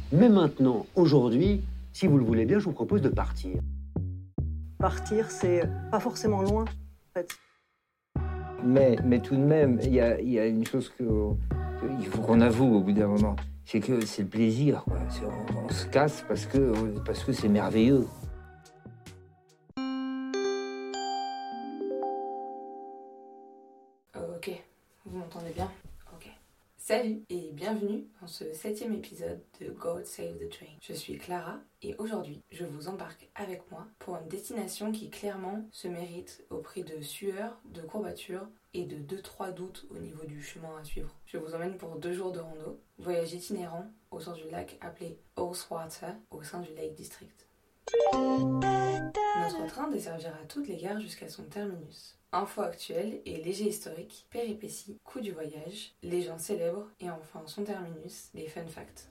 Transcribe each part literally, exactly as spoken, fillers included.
Mais maintenant, aujourd'hui, si vous le voulez bien, je vous propose de partir. Partir, c'est pas forcément loin, en fait. Mais, mais tout de même, il y a, y a une chose que, que il faut qu'on avoue au bout d'un moment, c'est que c'est le plaisir, quoi. C'est, on, on se casse parce que, parce que c'est merveilleux. Ok, vous m'entendez bien? Ok. Salut et bienvenue dans ce septième épisode de God Save the Train. Je suis Clara et aujourd'hui, je vous embarque avec moi pour une destination qui clairement se mérite au prix de sueur, de courbatures et de deux trois doutes au niveau du chemin à suivre. Je vous emmène pour deux jours de rando, voyage itinérant au sein du lac appelé Ullswater au sein du Lake District. Notre train desservira toutes les gares jusqu'à son terminus. Infos actuelles et léger historique, péripéties, coût du voyage, les gens célèbres et enfin son terminus, les fun facts.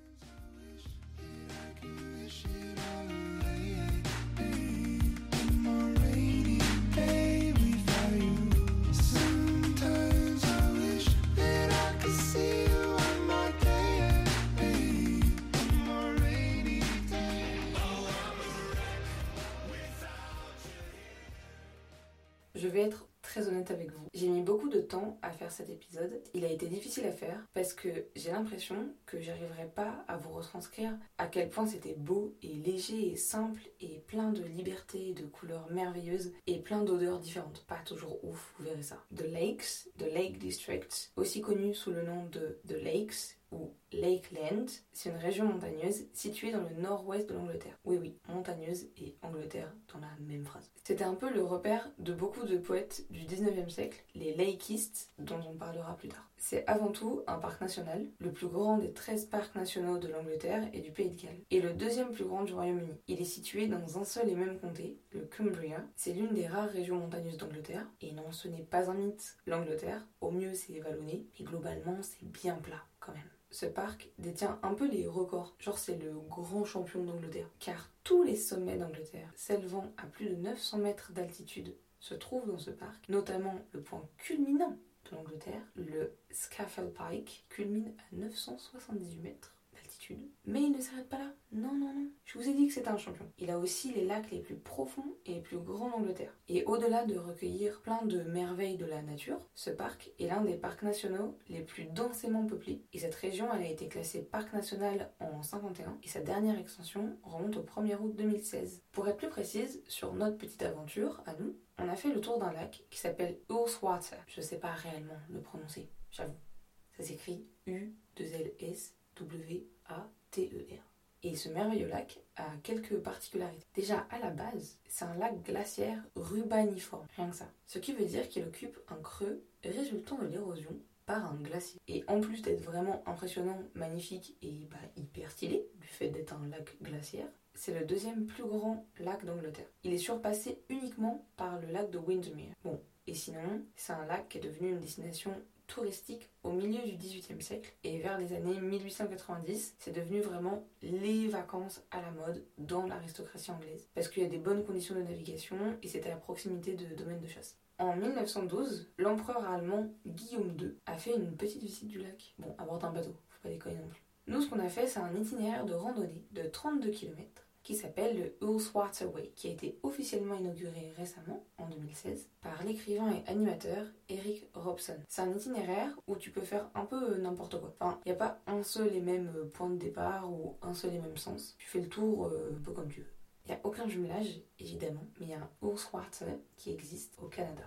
Je vais être très honnête avec vous. J'ai mis beaucoup de temps à faire cet épisode. Il a été difficile à faire parce que j'ai l'impression que j'arriverai pas à vous retranscrire à quel point c'était beau et léger et simple et plein de liberté, de couleurs merveilleuses et plein d'odeurs différentes. Pas toujours ouf, vous verrez ça. The Lakes, The Lake District, aussi connu sous le nom de The Lakes ou Lakeland, c'est une région montagneuse située dans le nord-ouest de l'Angleterre. Oui, oui, montagneuse et Angleterre dans la même phrase. C'était un peu le repère de beaucoup de poètes du dix-neuvième siècle, les Lakeistes, dont on parlera plus tard. C'est avant tout un parc national, le plus grand des treize parcs nationaux de l'Angleterre et du Pays de Galles, et le deuxième plus grand du Royaume-Uni. Il est situé dans un seul et même comté, le Cumbria. C'est l'une des rares régions montagneuses d'Angleterre, et non, ce n'est pas un mythe. L'Angleterre, au mieux c'est vallonné, et globalement c'est bien plat quand même. Ce parc détient un peu les records, genre c'est le grand champion d'Angleterre, car tous les sommets d'Angleterre, s'élevant à plus de neuf cents mètres d'altitude, se trouvent dans ce parc, notamment le point culminant de l'Angleterre, le Scafell Pike, culmine à neuf cent soixante-dix-huit mètres d'altitude. Mais il ne s'arrête pas là, non, non, non, je vous ai dit que c'était un champion. Il a aussi les lacs les plus profonds et les plus grands d'Angleterre. Et au-delà de recueillir plein de merveilles de la nature, ce parc est l'un des parcs nationaux les plus densément peuplés. Et cette région, elle a été classée parc national en cinquante et un et sa dernière extension remonte au premier août deux mille seize. Pour être plus précise, sur notre petite aventure, à nous, on a fait le tour d'un lac qui s'appelle Ullswater. Je sais pas réellement le prononcer, j'avoue. Ça s'écrit U deux L S W A T E R. Et ce merveilleux lac a quelques particularités. Déjà, à la base, c'est un lac glaciaire rubaniforme, rien que ça. Ce qui veut dire qu'il occupe un creux résultant de l'érosion par un glacier. Et en plus d'être vraiment impressionnant, magnifique et bah, hyper stylé, du fait d'être un lac glaciaire, c'est le deuxième plus grand lac d'Angleterre. Il est surpassé uniquement par le lac de Windermere. Bon, et sinon, c'est un lac qui est devenu une destination touristique au milieu du dix-huitième siècle et vers les années mille huit cent quatre-vingt-dix, c'est devenu vraiment les vacances à la mode dans l'aristocratie anglaise parce qu'il y a des bonnes conditions de navigation et c'était à proximité de domaines de chasse. En mille neuf cent douze, l'empereur allemand Guillaume deux a fait une petite visite du lac. Bon, à bord d'un bateau, faut pas déconner non plus. Nous, ce qu'on a fait, c'est un itinéraire de randonnée de trente-deux kilomètres qui s'appelle le Ullswater Way, qui a été officiellement inauguré récemment, en deux mille seize, par l'écrivain et animateur Eric Robson. C'est un itinéraire où tu peux faire un peu n'importe quoi. Enfin, il n'y a pas un seul et même point de départ ou un seul et même sens. Tu fais le tour euh, un peu comme tu veux. Il n'y a aucun jumelage, évidemment, mais il y a un Ullswater qui existe au Canada.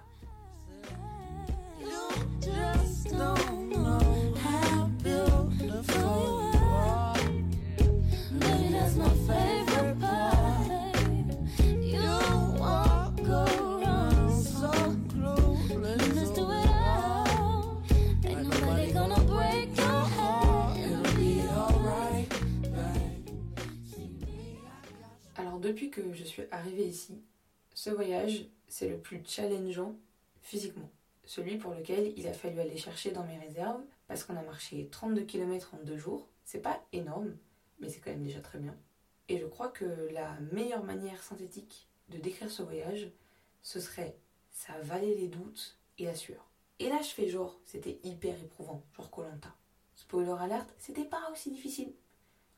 Depuis que je suis arrivée ici, ce voyage, c'est le plus challengeant physiquement. Celui pour lequel il a fallu aller chercher dans mes réserves, parce qu'on a marché trente-deux kilomètres en deux jours. C'est pas énorme, mais c'est quand même déjà très bien. Et je crois que la meilleure manière synthétique de décrire ce voyage, ce serait ça valait les doutes et la sueur. Et là, je fais genre, c'était hyper éprouvant, genre Koh-Lanta. Spoiler alert, c'était pas aussi difficile.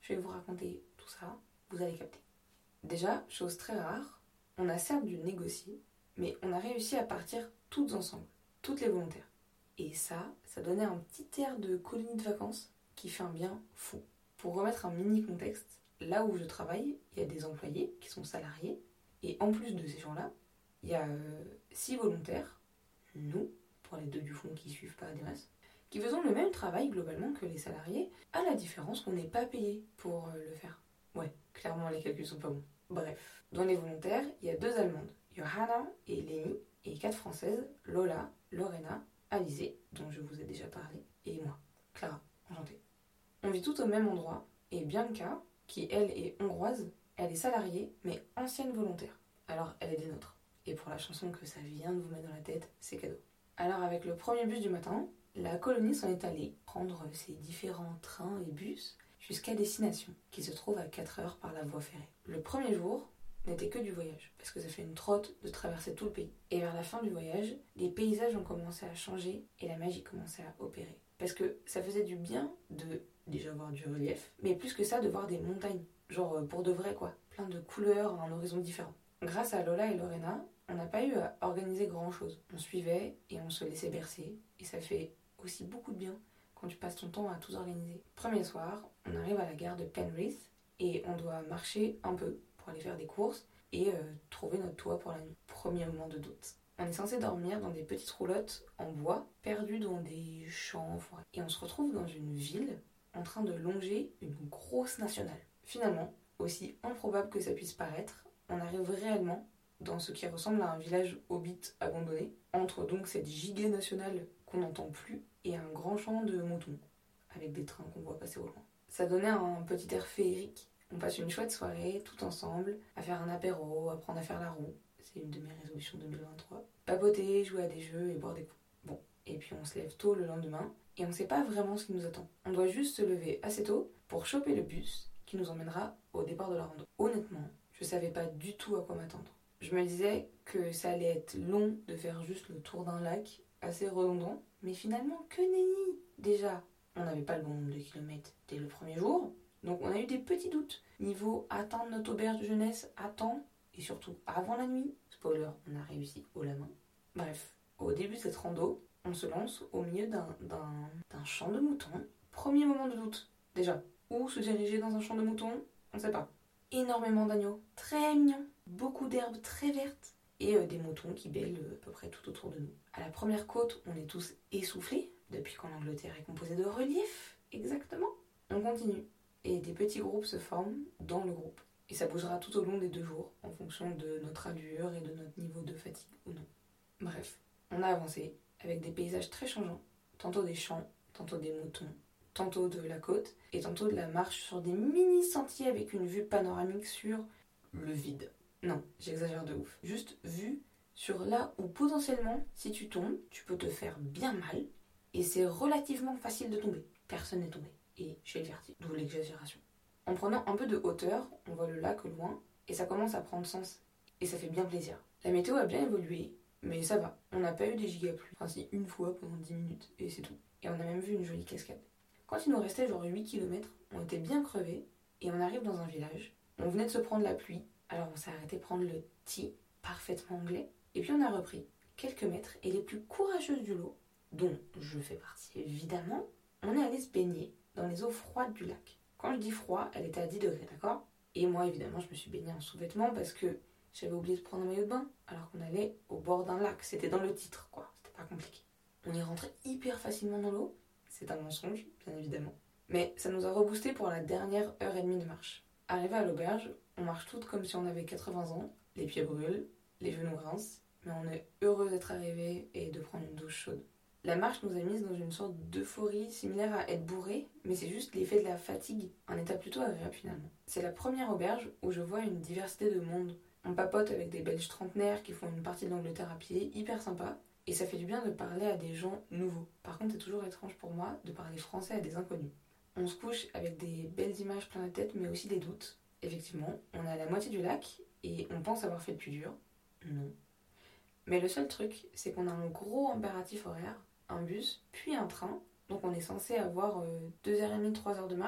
Je vais vous raconter tout ça, vous allez capter. Déjà, chose très rare, on a certes dû négocier, mais on a réussi à partir toutes ensemble, toutes les volontaires. Et ça, ça donnait un petit air de colonie de vacances qui fait un bien fou. Pour remettre un mini contexte, là où je travaille, il y a des employés qui sont salariés, et en plus de ces gens-là, il y a euh, six volontaires, nous, pour les deux du fond qui suivent pas des masses, qui faisons le même travail globalement que les salariés, à la différence qu'on n'est pas payé pour euh, le faire. Ouais, clairement les calculs sont pas bons. Bref, dans les volontaires, il y a deux Allemandes, Johanna et Lénie, et quatre Françaises, Lola, Lorena, Alizé, dont je vous ai déjà parlé, et moi, Clara, enchantée. On vit toutes au même endroit, et Bianca, qui elle est hongroise, elle est salariée, mais ancienne volontaire. Alors elle est des nôtres. Et pour la chanson que ça vient de vous mettre dans la tête, c'est cadeau. Alors avec le premier bus du matin, la colonie s'en est allée prendre ses différents trains et bus jusqu'à destination, qui se trouve à quatre heures par la voie ferrée. Le premier jour n'était que du voyage, parce que ça fait une trotte de traverser tout le pays. Et vers la fin du voyage, les paysages ont commencé à changer et la magie commençait à opérer. Parce que ça faisait du bien de déjà voir du relief, mais plus que ça, de voir des montagnes. Genre pour de vrai quoi, plein de couleurs, un horizon différent. Grâce à Lola et Lorena, on n'a pas eu à organiser grand chose. On suivait et on se laissait bercer, et ça fait aussi beaucoup de bien quand tu passes ton temps à tout organiser. Premier soir, on arrive à la gare de Penrith et on doit marcher un peu pour aller faire des courses et euh, trouver notre toit pour la nuit. Premier moment de doute. On est censé dormir dans des petites roulottes en bois, perdues dans des champs, forêts. Et on se retrouve dans une ville en train de longer une grosse nationale. Finalement, aussi improbable que ça puisse paraître, on arrive réellement dans ce qui ressemble à un village hobbit abandonné, entre donc cette giga nationale qu'on n'entend plus et un grand champ de moutons, avec des trains qu'on voit passer au loin. Ça donnait un petit air féerique. On passe une chouette soirée, tout ensemble, à faire un apéro, apprendre à faire la roue. C'est une de mes résolutions deux mille vingt-trois. Papoter, jouer à des jeux et boire des coups. Bon, et puis on se lève tôt le lendemain, et on ne sait pas vraiment ce qui nous attend. On doit juste se lever assez tôt pour choper le bus qui nous emmènera au départ de la rando. Honnêtement, je savais pas du tout à quoi m'attendre. Je me disais que ça allait être long de faire juste le tour d'un lac, assez redondant, mais finalement que nenni. Déjà, on n'avait pas le bon nombre de kilomètres dès le premier jour, donc on a eu des petits doutes. Niveau atteindre notre auberge de jeunesse à temps, et surtout avant la nuit. Spoiler, on a réussi haut la main. Bref, au début de cette rando, on se lance au milieu d'un, d'un, d'un champ de moutons. Premier moment de doute. Déjà, où se diriger dans un champ de moutons? On ne sait pas. Énormément d'agneaux, très mignons, beaucoup d'herbes très vertes, et euh, des moutons qui bêlent euh, à peu près tout autour de nous. À la première côte, on est tous essoufflés, depuis quand l'Angleterre est composée de relief, exactement. On continue, et des petits groupes se forment dans le groupe. Et ça bougera tout au long des deux jours, en fonction de notre allure et de notre niveau de fatigue ou non. Bref, on a avancé, avec des paysages très changeants, tantôt des champs, tantôt des moutons, tantôt de la côte, et tantôt de la marche sur des mini-sentiers avec une vue panoramique sur le vide. Non, j'exagère de ouf. Juste vue sur là où potentiellement, si tu tombes, tu peux te faire bien mal, et c'est relativement facile de tomber. Personne n'est tombé. Et j'ai le vertige, d'où l'exagération. En prenant un peu de hauteur, on voit le lac au loin, et ça commence à prendre sens. Et ça fait bien plaisir. La météo a bien évolué, mais ça va. On n'a pas eu des gigapluies. Enfin si, une fois pendant dix minutes, et c'est tout. Et on a même vu une jolie cascade. Quand il nous restait genre huit kilomètres, on était bien crevés, et on arrive dans un village. On venait de se prendre la pluie, alors on s'est arrêté prendre le tea, parfaitement anglais, et puis on a repris quelques mètres, et les plus courageuses du lot, dont je fais partie évidemment, on est allé se baigner dans les eaux froides du lac. Quand je dis froid, elle était à dix degrés, d'accord? Et moi, évidemment, je me suis baignée en sous-vêtements parce que j'avais oublié de prendre un maillot de bain, alors qu'on allait au bord d'un lac. C'était dans le titre, quoi. C'était pas compliqué. On est rentré hyper facilement dans l'eau. C'est un mensonge, bien évidemment. Mais ça nous a reboosté pour la dernière heure et demie de marche. Arrivé à l'auberge, on marche toutes comme si on avait quatre-vingts ans. Les pieds brûlent, les genoux grincent, mais on est heureux d'être arrivé et de prendre une douche chaude. La marche nous a mis dans une sorte d'euphorie similaire à être bourré, mais c'est juste l'effet de la fatigue, un état plutôt agréable finalement. C'est la première auberge où je vois une diversité de monde. On papote avec des Belges trentenaires qui font une partie de l'Angleterre à pied, hyper sympa, et ça fait du bien de parler à des gens nouveaux. Par contre, c'est toujours étrange pour moi de parler français à des inconnus. On se couche avec des belles images plein la tête, mais aussi des doutes. Effectivement, on est à la moitié du lac, et on pense avoir fait le plus dur. Non. Mais le seul truc, c'est qu'on a un gros impératif horaire, un bus, puis un train. Donc on est censé avoir euh, deux heures trente, trois heures de marche.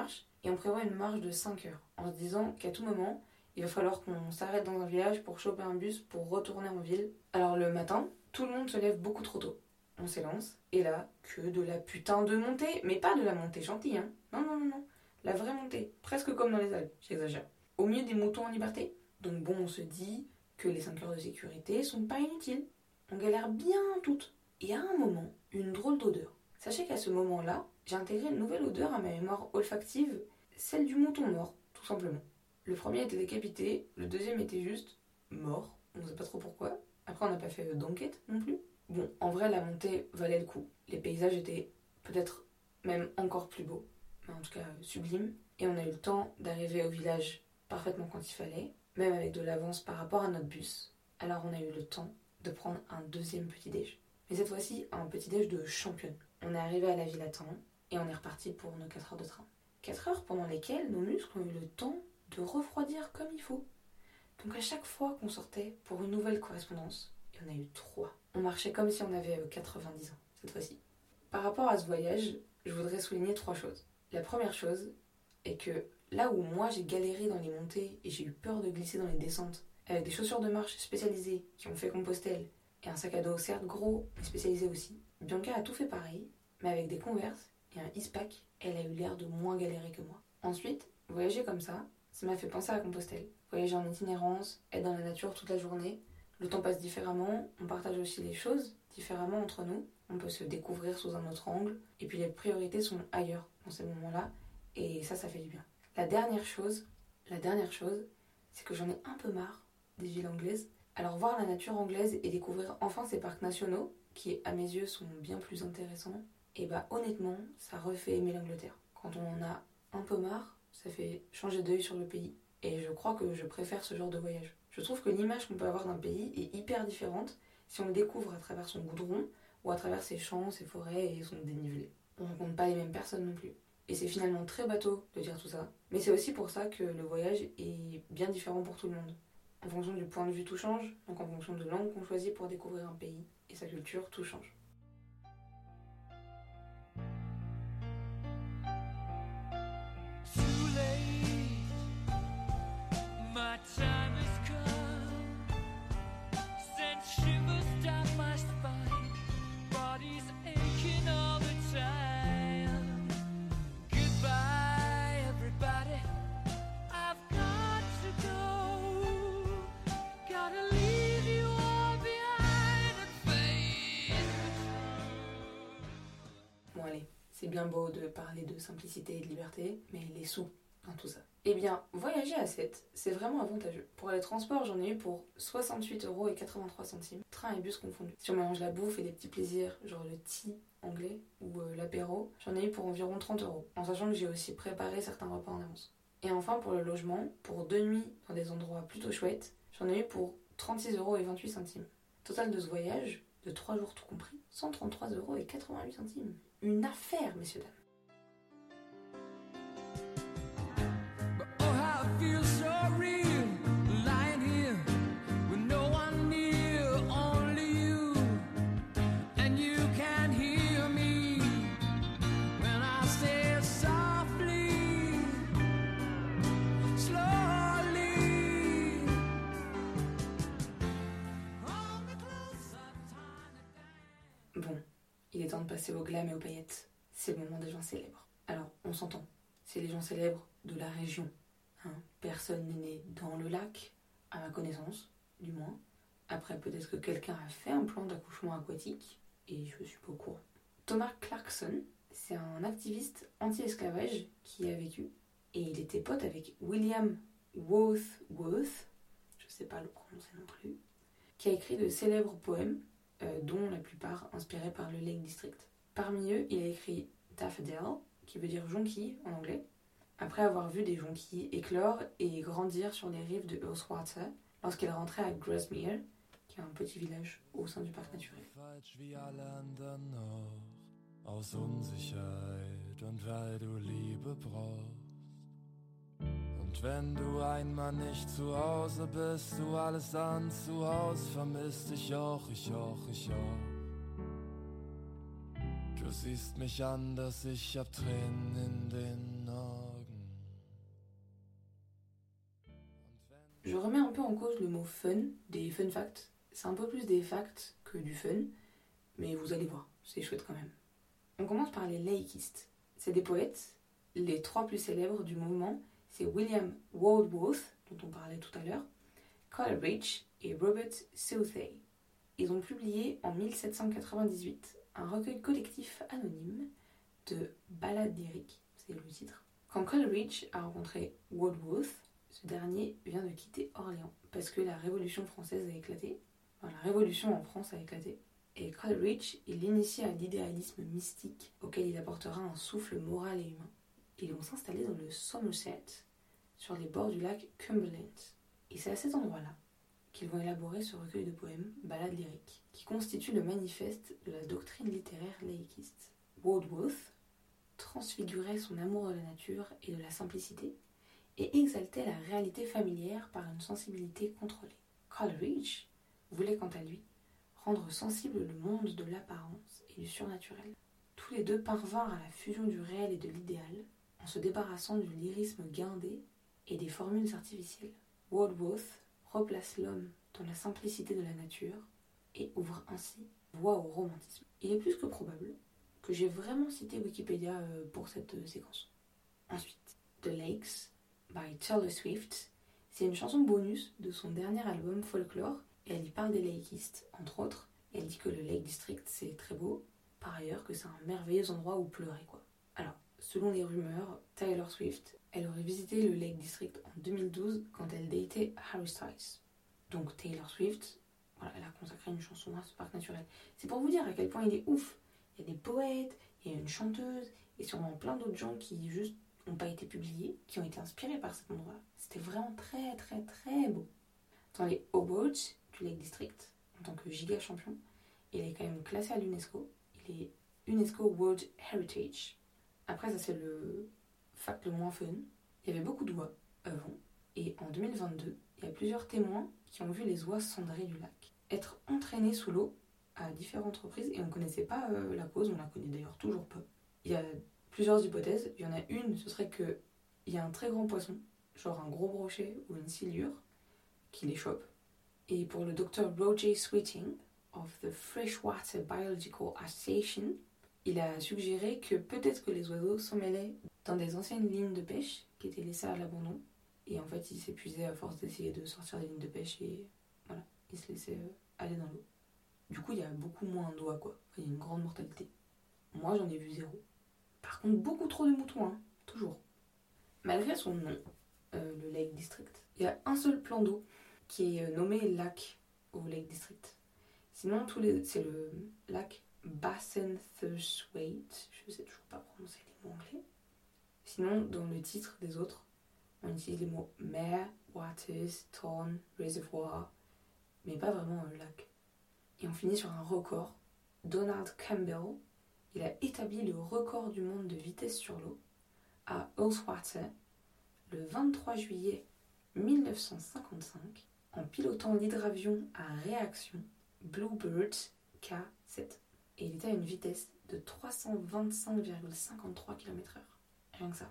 et on prévoit une marche de cinq heures, en se disant qu'à tout moment, il va falloir qu'on s'arrête dans un village pour choper un bus pour retourner en ville. Alors le matin, tout le monde se lève beaucoup trop tôt. On s'élance, et là, que de la putain de montée, mais pas de la montée gentille, hein. Non, non, non, non. La vraie montée, presque comme dans les Alpes, j'exagère. Au milieu des moutons en liberté. Donc bon, on se dit que les cinq heures de sécurité sont pas inutiles. On galère bien toutes. Et à un moment, une drôle d'odeur. Sachez qu'à ce moment-là, j'ai intégré une nouvelle odeur à ma mémoire olfactive, celle du mouton mort, tout simplement. Le premier était décapité, le deuxième était juste mort, on ne sait pas trop pourquoi. Après, on n'a pas fait d'enquête non plus. Bon, en vrai, la montée valait le coup. Les paysages étaient peut-être même encore plus beaux, mais en tout cas sublimes. Et on a eu le temps d'arriver au village parfaitement quand il fallait, même avec de l'avance par rapport à notre bus. Alors on a eu le temps de prendre un deuxième petit-déj. Mais cette fois-ci, un petit-déj de championne. On est arrivé à la ville à temps et on est reparti pour nos quatre heures de train. quatre heures pendant lesquelles nos muscles ont eu le temps de refroidir comme il faut. Donc à chaque fois qu'on sortait pour une nouvelle correspondance, il y en a eu trois. On marchait comme si on avait quatre-vingt-dix ans, cette fois-ci. Par rapport à ce voyage, je voudrais souligner trois choses. La première chose est que là où moi j'ai galéré dans les montées et j'ai eu peur de glisser dans les descentes, avec des chaussures de marche spécialisées qui ont fait Compostelle et un sac à dos certes gros mais spécialisé aussi, Bianca a tout fait pareil, mais avec des Converse et un Eastpak, elle a eu l'air de moins galérer que moi. Ensuite, voyager comme ça, ça m'a fait penser à Compostelle. Voyager en itinérance, être dans la nature toute la journée, le temps passe différemment, on partage aussi les choses différemment entre nous, on peut se découvrir sous un autre angle, et puis les priorités sont ailleurs dans ces moments-là, et ça, ça fait du bien. La dernière chose, la dernière chose, c'est que j'en ai un peu marre des villes anglaises. Alors voir la nature anglaise et découvrir enfin ces parcs nationaux, qui à mes yeux sont bien plus intéressants, et bah honnêtement, ça refait aimer l'Angleterre. Quand on en a un peu marre, ça fait changer d'œil sur le pays. Et je crois que je préfère ce genre de voyage. Je trouve que l'image qu'on peut avoir d'un pays est hyper différente si on le découvre à travers son goudron ou à travers ses champs, ses forêts et son dénivelé. On rencontre pas les mêmes personnes non plus. Et c'est finalement très bateau de dire tout ça. Mais c'est aussi pour ça que le voyage est bien différent pour tout le monde. En fonction du point de vue, tout change. Donc en fonction de l'angle qu'on choisit pour découvrir un pays et sa culture, tout change. My time has come, sent shivers down my spine, body's aching all the time. Goodbye everybody, I've got to go, gotta leave you all behind and face the truth. Bon allez, c'est bien beau de parler de simplicité et de liberté, mais les sous dans tout ça. Eh bien, voyager à sept, c'est vraiment avantageux. Pour les transports, j'en ai eu pour soixante-huit euros et quatre-vingt-trois centimes, train et bus confondus. Si on mélange la bouffe et des petits plaisirs, genre le tea anglais ou euh, l'apéro, j'en ai eu pour environ trente euros, en sachant que j'ai aussi préparé certains repas en avance. Et enfin, pour le logement, pour deux nuits dans des endroits plutôt chouettes, j'en ai eu pour trente-six euros et vingt-huit centimes. Total de ce voyage, de trois jours tout compris, cent trente-trois euros et quatre-vingt-huit centimes. Une affaire, messieurs, dames. I feel so real, lying here with no one near, only you, and you can hear me when I say it softly, slowly. Hold me close, I'm trying to... Bon, il est temps de passer au glam et aux paillettes. C'est le moment des gens célèbres. Alors, on s'entend, c'est les gens célèbres de la région. Hein, personne n'est né dans le lac, à ma connaissance, du moins. Après, peut-être que quelqu'un a fait un plan d'accouchement aquatique, et je suis pas au courant. Thomas Clarkson, c'est un activiste anti-esclavage qui a vécu, et il était pote avec William Wordsworth, je sais pas le prononcer non plus, qui a écrit de célèbres poèmes, euh, dont la plupart inspirés par le Lake District. Parmi eux, il a écrit Daffodil, qui veut dire jonquille en anglais, après avoir vu des jonquilles éclore et grandir sur les rives de Ullswater lorsqu'il rentrait à Grasmere, qui est un petit village au sein du parc naturel. Falsch wie alle anderen noch, aus Unsicherheit und weil du Liebe brauchst. Und wenn du einmal nicht zu Hause bist, du alles an zu Haus vermisst, ich auch, ich auch, ich auch. Du siehst mich anders, ich hab Tränen in den Augen. Je remets un peu en cause le mot fun, des fun facts. C'est un peu plus des facts que du fun, mais vous allez voir, c'est chouette quand même. On commence par les laïcistes. C'est des poètes. Les trois plus célèbres du mouvement, c'est William Wordsworth, dont on parlait tout à l'heure, Coleridge et Robert Southey. Ils ont publié en mille sept cent quatre-vingt-dix-huit un recueil collectif anonyme de ballades lyriques, c'est le titre. Quand Coleridge a rencontré Wordsworth, ce dernier vient de quitter Orléans parce que la Révolution française a éclaté. Enfin, la Révolution en France a éclaté. Et Coleridge, il l'initie à l'idéalisme mystique auquel il apportera un souffle moral et humain. Ils vont s'installer dans le Somerset, sur les bords du lac Cumberland. Et c'est à cet endroit-là qu'ils vont élaborer ce recueil de poèmes, ballades lyriques, qui constitue le manifeste de la doctrine littéraire laïciste. Wordsworth transfigurait son amour de la nature et de la simplicité, et exaltait la réalité familière par une sensibilité contrôlée. Coleridge voulait quant à lui rendre sensible le monde de l'apparence et du surnaturel. Tous les deux parvinrent à la fusion du réel et de l'idéal, en se débarrassant du lyrisme guindé et des formules artificielles. Wordsworth replace l'homme dans la simplicité de la nature et ouvre ainsi voie au romantisme. Il est plus que probable que j'ai vraiment cité Wikipédia pour cette séquence. Ensuite, The Lakes by Taylor Swift, c'est une chanson bonus de son dernier album Folklore, et elle y parle des laïcistes, entre autres. Elle dit que le Lake District c'est très beau, par ailleurs que c'est un merveilleux endroit où pleurer quoi. Alors, selon les rumeurs, Taylor Swift, elle aurait visité le Lake District en deux mille douze quand elle datait Harry Styles. Donc Taylor Swift, voilà, elle a consacré une chanson à ce parc naturel. C'est pour vous dire à quel point il est ouf. Il y a des poètes, il y a une chanteuse, et sûrement plein d'autres gens qui juste n'ont pas été publiés, qui ont été inspirés par cet endroit. C'était vraiment très très très beau. Dans les Awards du Lake District, en tant que giga champion, il est quand même classé à l'UNESCO. Il est UNESCO World Heritage. Après, ça c'est le fact le moins fun. Il y avait beaucoup d'oies avant, et en deux mille vingt-deux, il y a plusieurs témoins qui ont vu les oies cendrées du lac être entraînées sous l'eau à différentes reprises, et on ne connaissait pas euh, la cause, on la connaît d'ailleurs toujours pas. Il y a plusieurs hypothèses. Il y en a une, ce serait qu'il y a un très grand poisson, genre un gros brochet ou une silure, qui les chope. Et pour le docteur Roger Sweeting, of the Freshwater Biological Association, il a suggéré que peut-être que les oiseaux s'emmêlaient dans des anciennes lignes de pêche qui étaient laissées à l'abandon. Et en fait, ils s'épuisaient à force d'essayer de sortir des lignes de pêche et voilà, ils se laissaient aller dans l'eau. Du coup, il y a beaucoup moins d'oies, quoi. Enfin, il y a une grande mortalité. Moi, j'en ai vu zéro. Par contre, beaucoup trop de moutons, hein, toujours. Malgré son nom, euh, le Lake District, il y a un seul plan d'eau qui est nommé lac au Lake District. Sinon, tous les... c'est le lac Bassenthwaite. Je ne sais toujours pas prononcer les mots anglais. Sinon, dans le titre des autres, on utilise les mots mer, waters, torrent, reservoir, mais pas vraiment un lac. Et on finit sur un record. Donald Campbell, il a établi le record du monde de vitesse sur l'eau à Ullswater le vingt-trois juillet mille neuf cent cinquante-cinq en pilotant l'hydravion à réaction Bluebird K sept. Et il était à une vitesse de trois cent vingt-cinq virgule cinquante-trois kilomètres heure. Rien que ça.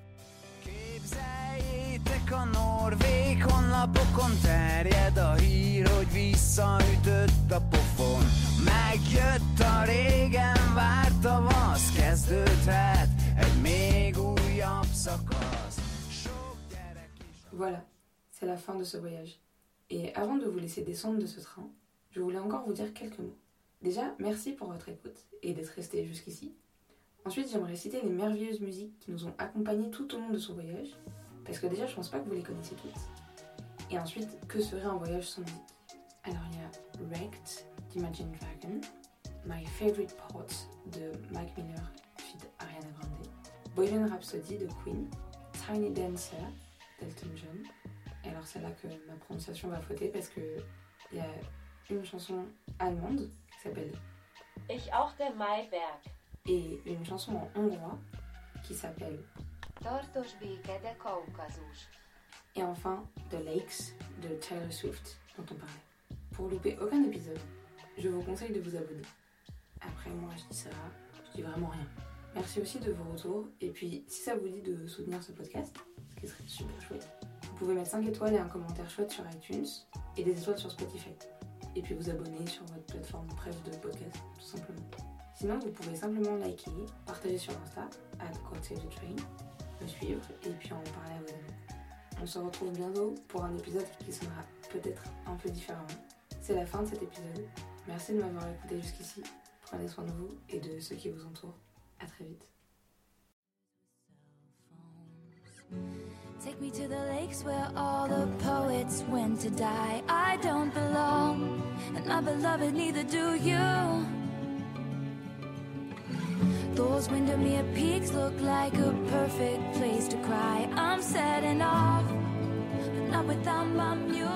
Képzeljétek a norvég honlapokon terjed a hír, hogy visszaütött a pofon. Megjött a régen várt tavasz, kezdődhet egy még újabb szakasz. Sok gyerek is... Voilà, c'est la fin de ce voyage. Et avant de vous laisser descendre de ce train, je voulais encore vous dire quelques mots. Déjà, merci pour votre écoute et d'être resté jusqu'ici. Ensuite, j'aimerais citer les merveilleuses musiques qui nous ont accompagnés tout au long de ce voyage, parce que déjà, je pense pas que vous les connaissiez toutes. Et ensuite, que serait un voyage sans musique? Alors, il y a Wrecked d'Imagine Dragon, My Favorite Part de Mac Miller feat. Ariana Grande, Bohemian Rhapsody de Queen, Tiny Dancer d'Elton John. Et alors, c'est là que ma prononciation va fauter, parce que il y a une chanson allemande qui s'appelle Ich auch der Maiberg. Et une chanson en hongrois qui s'appelle Tartos béke de Kaukazus. Et enfin The Lakes de Taylor Swift dont on parlait. Pour louper aucun épisode, je vous conseille de vous abonner. Après moi je dis ça, je dis vraiment rien. Merci aussi de vos retours, et puis si ça vous dit de soutenir ce podcast, ce qui serait super chouette, vous pouvez mettre cinq étoiles et un commentaire chouette sur iTunes et des étoiles sur Spotify. Et puis vous abonner sur votre plateforme préf de podcast, tout simplement. Sinon, vous pouvez simplement liker, partager sur Insta, at CodeSaveTheTrain, me suivre et puis en parler à vos amis. On se retrouve bientôt pour un épisode qui sonnera peut-être un peu différemment. C'est la fin de cet épisode. Merci de m'avoir écouté jusqu'ici. Prenez soin de vous et de ceux qui vous entourent. À très vite. Take me to the lakes where all the poets went to die. I don't belong, and my beloved, neither do you. Those Windermere peaks look like a perfect place to cry. I'm setting off, but not without my muse.